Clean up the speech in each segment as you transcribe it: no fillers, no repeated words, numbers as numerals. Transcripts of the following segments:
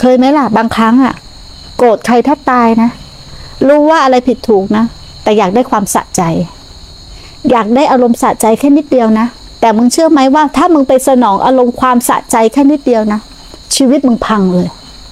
เคยไหมล่ะบางครั้งอ่ะโกรธใครแทบตายนะรู้ว่าอะไรผิดถูกนะแต่อยากได้ความสะใจอยากได้อารมณ์สะใจแค่นิดเดียวนะแต่มึงเชื่อไหมว่าถ้ามึงไปสนองอารมณ์ความสะใจแค่นิดเดียวนะชีวิตมึงพังเลย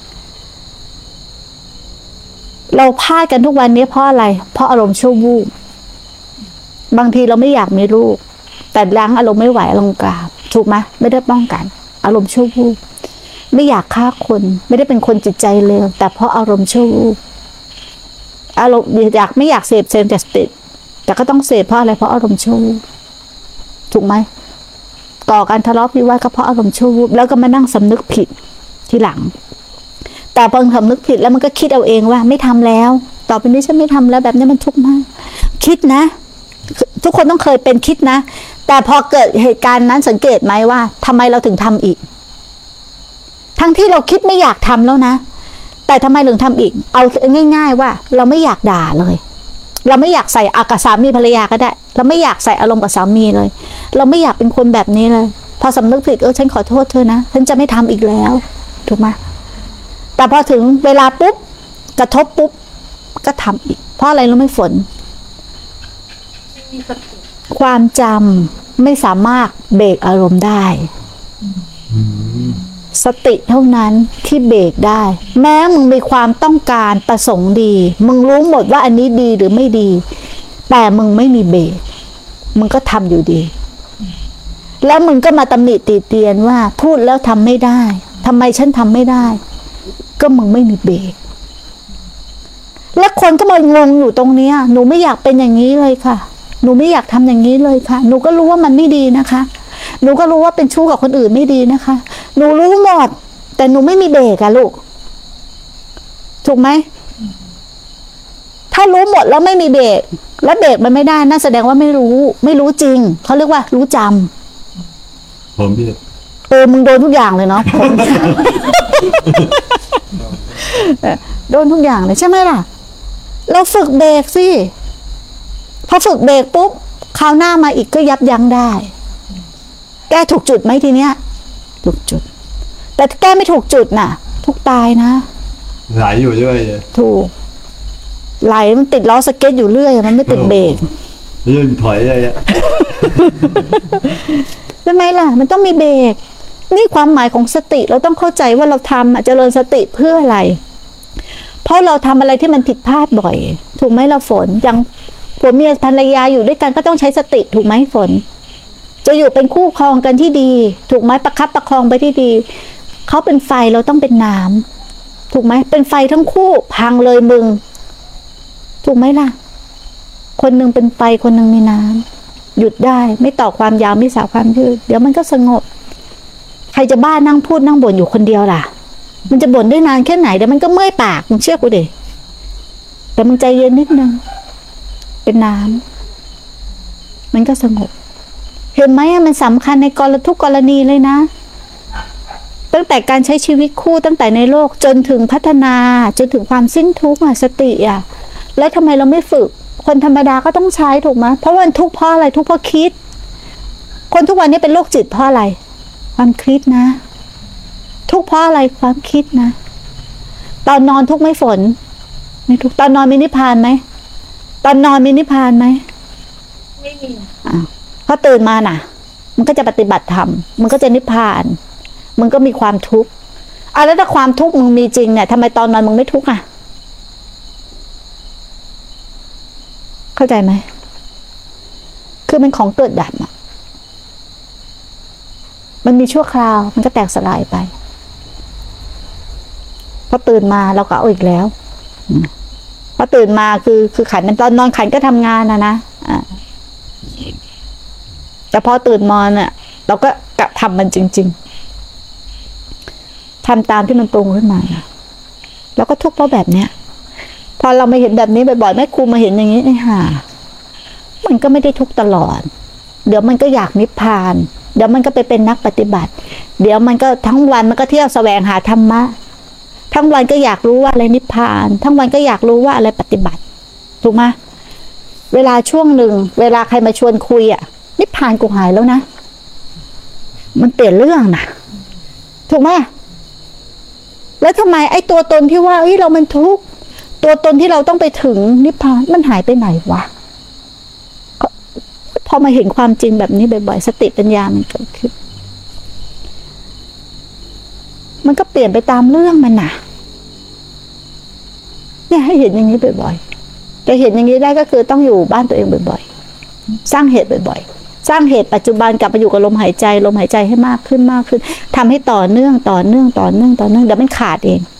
เราพลาดกันทุกวันนี้เพราะอะไรเพราะอารมณ์ชั่ววูบบางทีเราไม่อยากมีลูกแต่ล้างอารมณ์ไม่ไหวอารมณ์กราบถูกไหมไม่ได้ป้องกันอารมณ์ชั่ววูบไม่อยากฆ่าคนไม่ได้เป็นคนจิตใจเลวแต่เพราะอารมณ์ชั่ววูบอารมณ์ไม่อยากเสพเซนแต่ติดแต่ก็ต้องเสพเพราะอะไรเพราะอารมณ์ชั่ววูบถูกไหมก่อการทะเลาะวิวาทก็เพราะอารมณ์ชั่ววูบแล้วก็มานั่งสำนึกผิดทีหลังแต่พอสำนึกผิดแล้วมันก็คิดเอาเองว่าไม่ทำแล้วต่อไปนี้ฉันไม่ทำแล้วแบบนี้มันทุกข์มากคิดนะทุกคนต้องเคยเป็นคิดนะแต่พอเกิดเหตุการณ์นั้นสังเกตไหมว่าทำไมเราถึงทำอีกทั้งที่เราคิดไม่อยากทำแล้วนะแต่ทำไมถึงทำอีกเอาง่ายๆว่าเราไม่อยากด่าเลยเราไม่อยากใส่อากาศสามีภรรยาก็ได้เราไม่อยากใส่อารมณ์กับสามีเลยเราไม่อยากเป็นคนแบบนี้เลยพอสำนึกผิดฉันขอโทษเธอนะฉันจะไม่ทำอีกแล้วถูกไหมแต่พอถึงเวลาปุ๊บกระทบปุ๊บก็ทำอีกเพราะอะไรรู้ไหมฝนความจำไม่สามารถเบรกอารมณ์ได้สติเท่านั้นที่เบรกได้แม้มึงมีความต้องการประสงค์ดีมึงรู้หมดว่าอันนี้ดีหรือไม่ดีแต่มึงไม่มีเบรกมึงก็ทำอยู่ดีแล้วมึงก็มาตำหนิติเตียนว่าพูดแล้วทำไม่ได้ทำไมฉันทำไม่ได้ก็มึงไม่มีเบรกและคนก็มางงอยู่ตรงนี้หนูไม่อยากเป็นอย่างนี้เลยค่ะหนูไม่อยากทำอย่างนี้เลยค่ะหนูก็รู้ว่ามันไม่ดีนะคะหนูก็รู้ว่าเป็นชู้กับคนอื่นไม่ดีนะคะหนูรู้หมดแต่หนูไม่มีเบรกอะลูกถูกไหมถ้ารู้หมดแล้วไม่มีเบรกแล้วเบรกมันไม่ได้นั่นแสดงว่าไม่รู้จริงเขาเรียกว่ารู้จำผมพี่มึงโดนทุกอย่างเลยเนาะโดนทุกอย่างเลยใช่ไหมล่ะเราฝึกเบรกสิพอฝึกเบรกปุ๊บคราวหน้ามาอีกก็ยับยั้งได้แก้ถูกจุดไหมทีเนี้ยถูกจุดแต่แก้ไม่ถูกจุดน่ะทุกตายนะไหลอยู่ด้วยถูกไหลมันติดล้อสเก็ตอยู่เรื่อยมันไม่ติดเบรกยื่นถอยเลยอะใช่ไหมล่ะมันต้องมีเบรกนี่ความหมายของสติเราต้องเข้าใจว่าเราทำเจริญสติเพื่ออะไรเพราะเราทำอะไรที่มันผิดพลาดบ่อยถูกไหมเราฝนอย่างผัวเมียภรรยาอยู่ด้วยกันก็ต้องใช้สติถูกไหมฝนจะอยู่เป็นคู่ครองกันที่ดีถูกไหมประคับประคองไปที่ดีเขาเป็นไฟเราต้องเป็นน้ำถูกไหมเป็นไฟทั้งคู่พังเลยมึงถูกไหมล่ะคนหนึ่งเป็นไฟคนหนึ่งมีน้ำหยุดได้ไม่ต่อความยาวไม่สาวความยืดเดี๋ยวมันก็สงบใครจะบ้านั่งพูดนั่งบ่นอยู่คนเดียวล่ะมันจะบ่นได้นานแค่ไหนเดี๋ยวมันก็เมื่อยปากมึงเชื่อกูดิแต่มึงใจเย็นนิดนึงเป็นน้ำมันก็สงบเห็นไหมมันสำคัญในทุกกรณีเลยนะตั้งแต่การใช้ชีวิตคู่ตั้งแต่ในโลกจนถึงพัฒนาจนถึงความสิ้นทุกข์สติแล้วทำไมเราไม่ฝึกคนธรรมดาก็ต้องใช้ถูกไหมเพราะวันทุกข์เพราะอะไรทุกข์เพราะคิดคนทุกวันนี้เป็นโรคจิตเพราะอะไรความคิดนะทุกข์เพราะอะไรความคิดนะตอนนอนทุกข์ไม่ฝนไม่ทุกข์ตอนนอนมีนิพพานไหมตอนนอนมีนิพพานไหมไม่มีพอตื่นมาน่ะมันก็จะปฏิบัติธรรมมันก็จะนิพพานมึงก็มีความทุกข์แล้วถ้าความทุกข์มึงมีจริงเนี่ยทำไมตอนนอนมึงไม่ทุกข์เข้าใจไหมคือเป็นของเกิดดับมันมีชั่วคราวมันก็แตกสลายไปพอตื่นมาเราก็เอาอีกแล้วพอตื่นมาคือขันมันตอนนอนขันก็ทำงานนะแต่พอตื่นมาเนี่ยเราก็กะทำมันจริงๆทำตามที่มันปรุงขึ้นมาแล้วก็ทุกข์เพราะแบบเนี้ยพอเราไม่เห็นแบบนี้บ่อยๆแม่ครูมาเห็นอย่างนี้มันก็ไม่ได้ทุกข์ตลอดเดี๋ยวมันก็อยากนิพพานเดี๋ยวมันก็ไปเป็นนักปฏิบัติเดี๋ยวมันก็ทั้งวันมันก็เที่ยวแสวงหาธรรมะทั้งวันก็อยากรู้ว่าอะไรนิพพานทั้งวันก็อยากรู้ว่าอะไรปฏิบัติถูกไหมเวลาช่วงหนึ่งเวลาใครมาชวนคุยนิพพานกูหายแล้วนะมันเปลี่ยนเรื่องนะถูกไหมแล้วทำไมไอ้ตัวตนที่ว่าเฮ้ยเรามันทุกข์ตัวตนที่เราต้องไปถึงนิพพานมันหายไปไหนวะพอมาเห็นความจริงแบบนี้บ่อยๆสติปัญญามันเกิดขึ้นมันก็เปลี่ยนไปตามเรื่องมันน่ะเนี่ยให้เห็นอย่างนี้บ่อยๆจะเห็นอย่างนี้ได้ก็คือต้องอยู่บ้านตัวเองบ่อยๆสร้างเหตุบ่อยๆสร้างเหตุปัจจุบันกลับมาอยู่กับลมหายใจให้มากขึ้นทำให้ต่อเนื่องเดี๋ยวมันขาดเอง